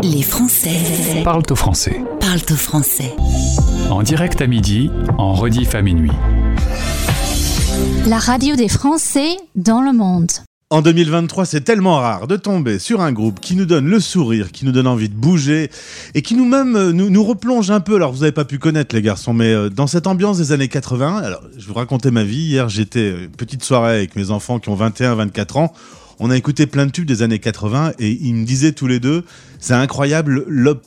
Les Français Parle au français. parlent au français. En direct à midi, en rediff à minuit. La radio des Français dans le monde. En 2023, c'est tellement rare de tomber sur un groupe qui nous donne le sourire, qui nous donne envie de bouger et qui nous replonge un peu. Alors, vous n'avez pas pu connaître les garçons, mais dans cette ambiance des années 80, alors je vous racontais ma vie. Hier, j'étais petite soirée avec mes enfants qui ont 21, 24 ans. On a écouté plein de tubes des années 80 et ils me disaient tous les deux, c'est incroyable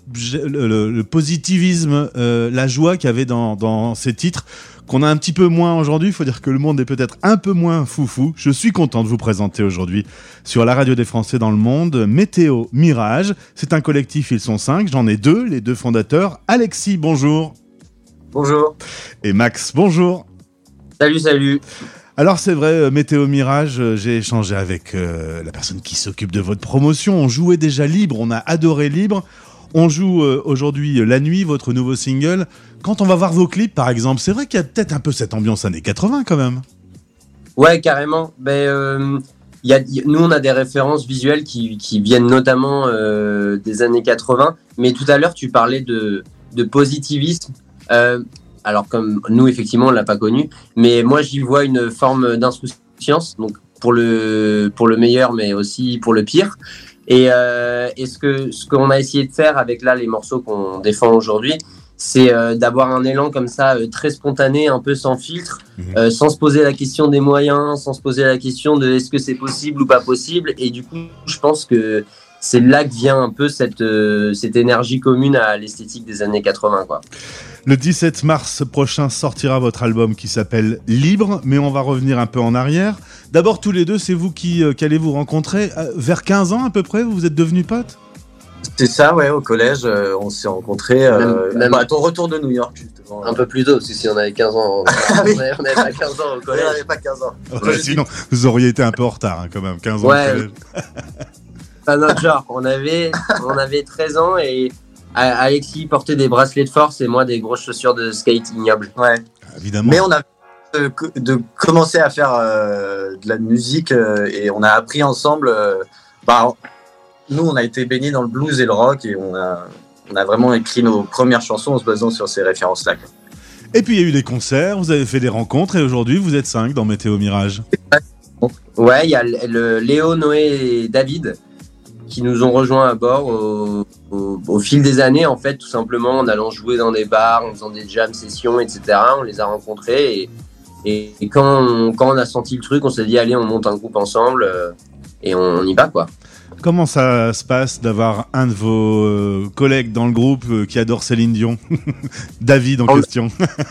le positivisme, la joie qu'il y avait dans ces titres, qu'on a un petit peu moins aujourd'hui. Il faut dire que le monde est peut-être un peu moins foufou. Je suis content de vous présenter aujourd'hui sur la radio des Français dans le monde, Météo Mirage. C'est un collectif, ils sont 5, j'en ai 2, les 2 fondateurs. Alexis, bonjour. Bonjour. Et Max, bonjour. Salut. Alors c'est vrai, Météo Mirage, j'ai échangé avec la personne qui s'occupe de votre promotion. On jouait déjà Libre, on a adoré Libre. On joue aujourd'hui La Nuit, votre nouveau single. Quand on va voir vos clips, par exemple, c'est vrai qu'il y a peut-être un peu cette ambiance années 80 quand même. Ouais, carrément. Nous, on a des références visuelles qui viennent notamment des années 80. Mais tout à l'heure, tu parlais de positivisme. Alors, comme nous, effectivement, on ne l'a pas connu. Mais moi, j'y vois une forme d'insouciance, donc pour le meilleur, mais aussi pour le pire. Et ce qu'on a essayé de faire avec là les morceaux qu'on défend aujourd'hui, c'est d'avoir un élan comme ça, très spontané, un peu sans filtre, sans se poser la question des moyens, sans se poser la question de est-ce que c'est possible ou pas possible. Et du coup, je pense que c'est là que vient un peu cette énergie commune à l'esthétique des années 80, quoi. Le 17 mars prochain sortira votre album qui s'appelle Libre, mais on va revenir un peu en arrière. D'abord, tous les deux, c'est vous qui allez vous rencontrer vers 15 ans à peu près, vous êtes devenus potes ? C'est ça, ouais, au collège, on s'est rencontrés Même à ton retour de New York, justement. Un peu plus tôt, parce que si on avait 15 ans, on n'avait pas 15 ans au collège. On n'avait pas 15 ans. Ouais, sinon, vous auriez été un peu en retard quand même, 15 ans Ouais. au collège. Pas notre genre, on avait 13 ans et Alexis portait des bracelets de force et moi des grosses chaussures de skate ignobles. Ouais. Évidemment. Mais on a de commencer à faire de la musique et on a appris ensemble. Nous, on a été baignés dans le blues et le rock et on a vraiment écrit nos premières chansons en se basant sur ces références-là. Et puis il y a eu des concerts, vous avez fait des rencontres et aujourd'hui vous êtes 5 dans Météo Mirage. Ouais, il y a le Léo, Noé et David qui nous ont rejoints à bord au fil des années, en fait, tout simplement en allant jouer dans des bars, en faisant des jam sessions, etc. On les a rencontrés et quand on a senti le truc, on s'est dit allez, on monte un groupe ensemble et on y va, quoi. Comment ça se passe d'avoir un de vos collègues dans le groupe qui adore Céline Dion David en question.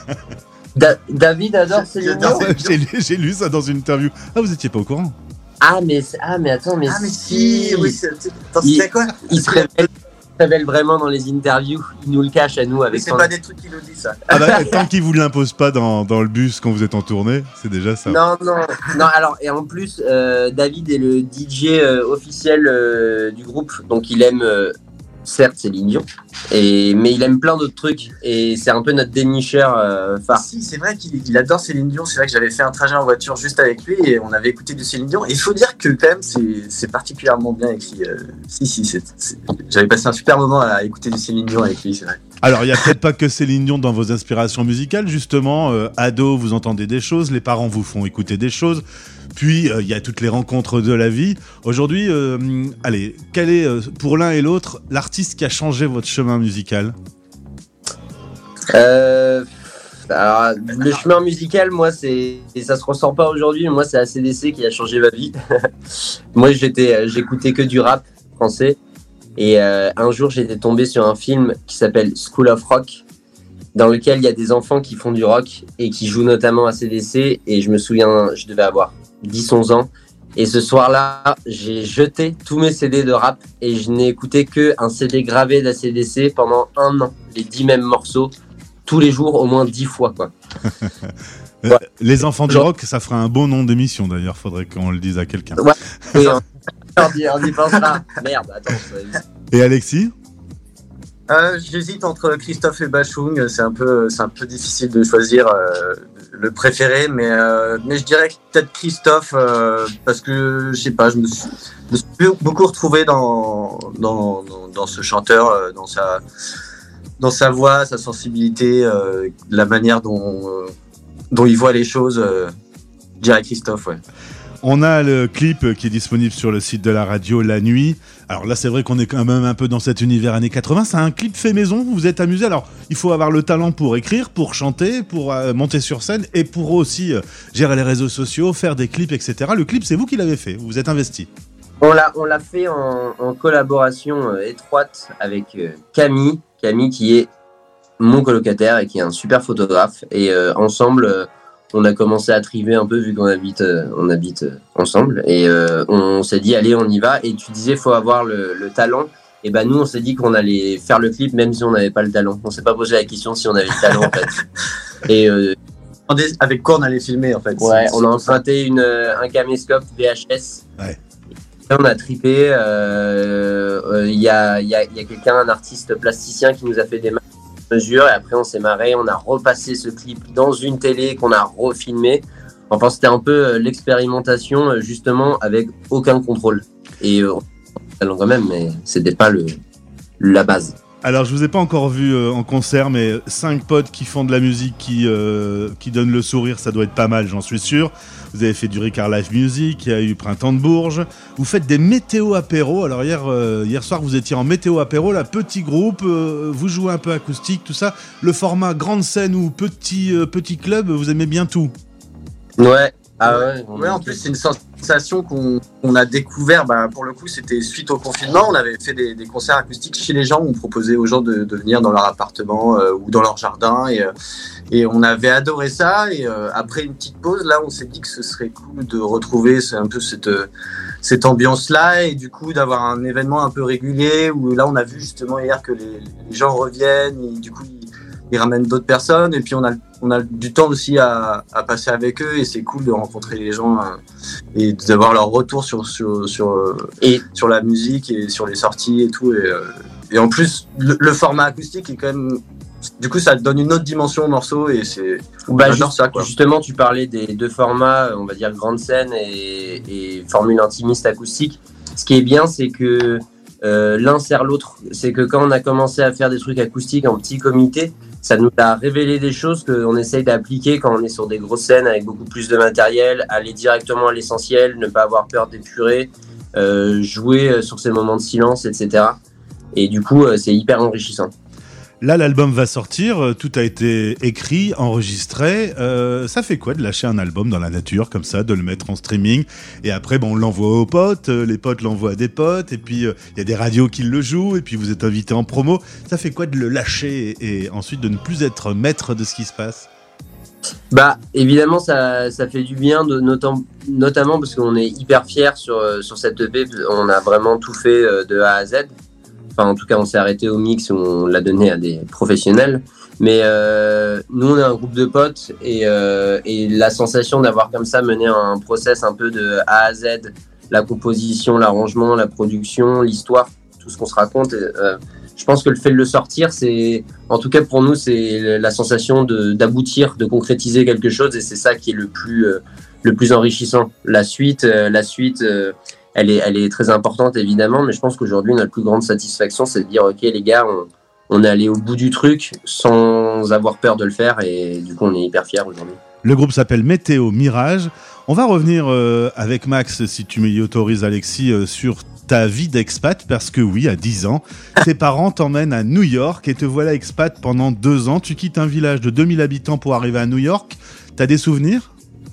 David adore Céline Dion. J'ai lu ça dans une interview. Ah, vous étiez pas au courant? Mais attends, mais si, oui, c'est quoi? Il se révèle vraiment dans les interviews. Il nous le cache à nous avec. C'est pas des trucs qu'il nous dit, ça. Ah bah, tant qu'il vous l'impose pas dans le bus quand vous êtes en tournée, c'est déjà ça. Non. Alors, et en plus, David est le DJ officiel du groupe, donc il aime certes Céline Dion, mais il aime plein d'autres trucs et c'est un peu notre dénicheur phare. Si, c'est vrai qu'il adore Céline Dion. C'est vrai que j'avais fait un trajet en voiture juste avec lui et on avait écouté du Céline Dion. Et il faut dire que quand même c'est particulièrement bien écrit. J'avais passé un super moment à écouter du Céline Dion avec lui, c'est vrai. Alors il y a peut-être pas que Céline Dion dans vos inspirations musicales, justement. Ado, vous entendez des choses, les parents vous font écouter des choses. Puis il y a toutes les rencontres de la vie. Aujourd'hui, allez, quel est pour l'un et l'autre l'artiste qui a changé votre chemin musical? Alors, le chemin musical, moi, ça se ressent pas aujourd'hui. Moi, c'est AC/DC qui a changé ma vie. Moi, j'écoutais que du rap français. Et un jour, j'étais tombé sur un film qui s'appelle School of Rock, dans lequel il y a des enfants qui font du rock et qui jouent notamment AC/DC. Et je me souviens, je devais avoir 10-11 ans. Et ce soir-là, j'ai jeté tous mes CD de rap et je n'ai écouté qu'un CD gravé d'AC/DC pendant 1 an. Les 10 mêmes morceaux, tous les jours, au moins 10 fois, quoi. Ouais. Les enfants du rock, ça ferait un bon nom d'émission d'ailleurs, faudrait qu'on le dise à quelqu'un. Ouais, on y pensera. Merde, attends. Et Alexis ? J'hésite entre Christophe et Bachung. C'est un peu difficile de choisir le préféré, mais je dirais que peut-être Christophe, parce que je sais pas, je me suis beaucoup retrouvé dans ce chanteur, dans sa voix, sa sensibilité, la manière dont il voit les choses. Je dirais Christophe, ouais. On a le clip qui est disponible sur le site de la radio La Nuit. Alors là, c'est vrai qu'on est quand même un peu dans cet univers années 80. C'est un clip fait maison, vous vous êtes amusé. Alors, il faut avoir le talent pour écrire, pour chanter, pour monter sur scène et pour aussi gérer les réseaux sociaux, faire des clips, etc. Le clip, c'est vous qui l'avez fait, vous vous êtes investi. On l'a fait en collaboration étroite avec Camille qui est mon colocataire et qui est un super photographe. Et ensemble... on a commencé à triver un peu vu qu'on habite ensemble et on s'est dit allez on y va et tu disais faut avoir le talent et ben nous on s'est dit qu'on allait faire le clip même si on n'avait pas le talent, on s'est pas posé la question si on avait le talent en fait et avec quoi on allait filmer en fait. Ouais, on a emprunté un caméscope VHS. Ouais. Et on a tripé, il y a quelqu'un, un artiste plasticien qui nous a fait des mesures et après on s'est marré, on a repassé ce clip dans une télé qu'on a refilmé. Enfin c'était un peu l'expérimentation justement avec aucun contrôle et quand même, mais c'était pas la base. Alors je vous ai pas encore vu en concert, mais 5 potes qui font de la musique qui donnent le sourire, ça doit être pas mal, j'en suis sûr. Vous avez fait du Ricard Live Music, il y a eu Printemps de Bourges. Vous faites des météo apéros. Alors hier soir, vous étiez en météo apéro, là, petit groupe, vous jouez un peu acoustique, tout ça. Le format grande scène ou petit club, vous aimez bien tout. Ouais. Ouais, en plus, c'est une sensation qu'on a découvert. Pour le coup, c'était suite au confinement. On avait fait des concerts acoustiques chez les gens. On proposait aux gens de venir dans leur appartement ou dans leur jardin. Et on avait adoré ça. Et après une petite pause, là, on s'est dit que ce serait cool de retrouver un peu cette ambiance-là. Et du coup, d'avoir un événement un peu régulier où là, on a vu justement hier que les gens reviennent. Et, du coup, ils ramènent d'autres personnes. Et puis, on a du temps aussi à passer avec eux et c'est cool de rencontrer les gens et d'avoir leur retour sur la musique et sur les sorties et tout. Et en plus, le format acoustique est quand même... Du coup, ça donne une autre dimension au morceau et c'est... j'adore ça, quoi. Justement, tu parlais des deux formats, on va dire grande scène et formule intimiste acoustique. Ce qui est bien, c'est que l'un sert l'autre. C'est que quand on a commencé à faire des trucs acoustiques en petit comité, ça nous a révélé des choses qu'on essaye d'appliquer quand on est sur des grosses scènes avec beaucoup plus de matériel, aller directement à l'essentiel, ne pas avoir peur d'épurer, jouer sur ces moments de silence, etc. Et du coup, c'est hyper enrichissant. Là, l'album va sortir, tout a été écrit, enregistré. Ça fait quoi de lâcher un album dans la nature, comme ça, de le mettre en streaming? Et après, on l'envoie aux potes, les potes l'envoient à des potes, et puis il y a des radios qui le jouent, et puis vous êtes invité en promo. Ça fait quoi de le lâcher et ensuite de ne plus être maître de ce qui se passe? Évidemment, ça fait du bien, notamment parce qu'on est hyper fiers sur cette EP. On a vraiment tout fait de A à Z. Enfin, en tout cas, on s'est arrêté au mix où on l'a donné à des professionnels. Mais nous, on est un groupe de potes et la sensation d'avoir comme ça mené un process un peu de A à Z, la composition, l'arrangement, la production, l'histoire, tout ce qu'on se raconte. Je pense que le fait de le sortir, en tout cas pour nous, c'est la sensation d'aboutir, de concrétiser quelque chose et c'est ça qui est le plus enrichissant. La suite, elle est très importante évidemment, mais je pense qu'aujourd'hui notre plus grande satisfaction c'est de dire ok les gars, on est allé au bout du truc sans avoir peur de le faire et du coup on est hyper fiers aujourd'hui. Le groupe s'appelle Météo Mirage. On va revenir avec Max, si tu m'y autorises Alexis, sur ta vie d'expat, parce que oui, à 10 ans, tes parents t'emmènent à New York et te voilà expat pendant 2 ans. Tu quittes un village de 2000 habitants pour arriver à New York. T'as des souvenirs ?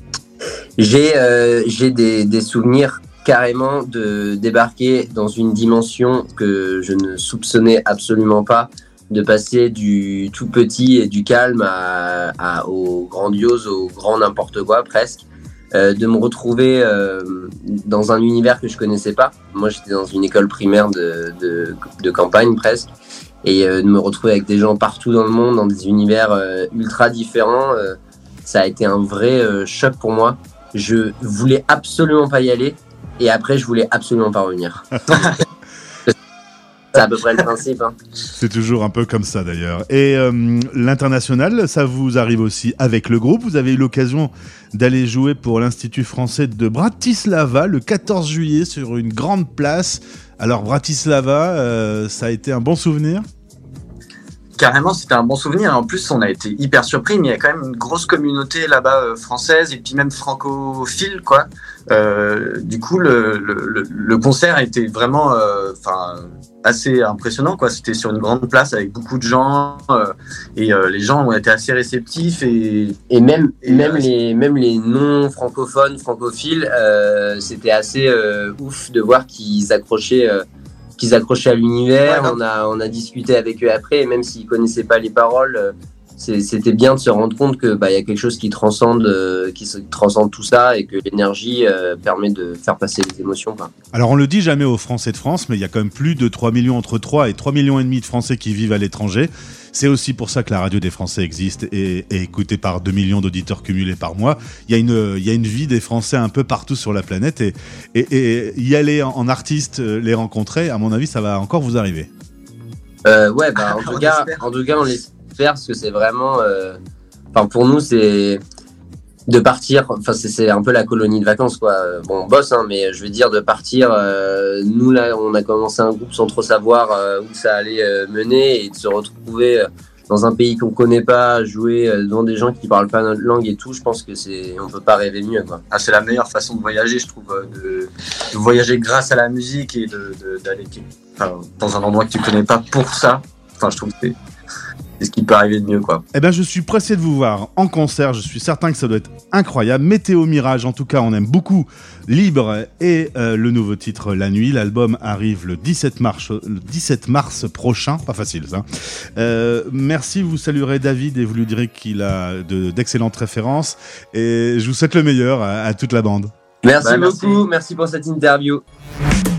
J'ai des souvenirs carrément de débarquer dans une dimension que je ne soupçonnais absolument pas, de passer du tout petit et du calme au grandiose, au grand n'importe quoi presque, de me retrouver dans un univers que je connaissais pas. Moi j'étais dans une école primaire de campagne presque, et de me retrouver avec des gens partout dans le monde, dans des univers ultra différents, ça a été un vrai choc pour moi. Je voulais absolument pas y aller. Et après, je voulais absolument pas revenir. C'est à peu près le principe. Hein. C'est toujours un peu comme ça d'ailleurs. Et l'international, ça vous arrive aussi avec le groupe. Vous avez eu l'occasion d'aller jouer pour l'Institut français de Bratislava le 14 juillet sur une grande place. Alors Bratislava, ça a été un bon souvenir ? Carrément, c'était un bon souvenir. En plus, on a été hyper surpris, mais il y a quand même une grosse communauté là-bas française et puis même francophile, quoi. Du coup, le concert a été vraiment, assez impressionnant, quoi. C'était sur une grande place avec beaucoup de gens et les gens ont été assez réceptifs et même les non francophones, francophiles, c'était assez ouf de voir qu'ils accrochaient à l'univers. Ouais, on a discuté avec eux après, et même s'ils connaissaient pas les paroles, c'était bien de se rendre compte que y a quelque chose qui transcende tout ça, et que l'énergie permet de faire passer les émotions, quoi. Alors on le dit jamais aux Français de France, mais il y a quand même plus de 3 millions, entre 3 et 3 millions et demi de Français qui vivent à l'étranger. C'est aussi pour ça que la radio des Français existe et est écoutée par 2 millions d'auditeurs cumulés par mois. Il y a une vie des Français un peu partout sur la planète, et y aller en artiste, les rencontrer, à mon avis, ça va encore vous arriver. En tout cas, on l'espère, parce que c'est vraiment... pour nous, c'est de partir... c'est un peu la colonie de vacances, quoi. Bon, on bosse, mais je veux dire, de partir... nous, là, on a commencé un groupe sans trop savoir où ça allait mener, et de se retrouver dans un pays qu'on connaît pas, jouer devant des gens qui parlent pas notre langue et tout, je pense que on peut pas rêver mieux, quoi. Ah, c'est la meilleure façon de voyager, je trouve, de voyager grâce à la musique et d'aller dans un endroit que tu connais pas pour ça. Je trouve que c'est ce qui peut arriver de mieux, quoi. Eh ben, je suis pressé de vous voir en concert. Je suis certain que ça doit être incroyable. Météo Mirage, en tout cas, on aime beaucoup Libre et le nouveau titre La Nuit. L'album arrive le 17 mars prochain. Pas facile, ça. Merci, vous saluerez David et vous lui direz qu'il a d'excellentes références. Et je vous souhaite le meilleur à toute la bande. Merci beaucoup. Merci pour cette interview.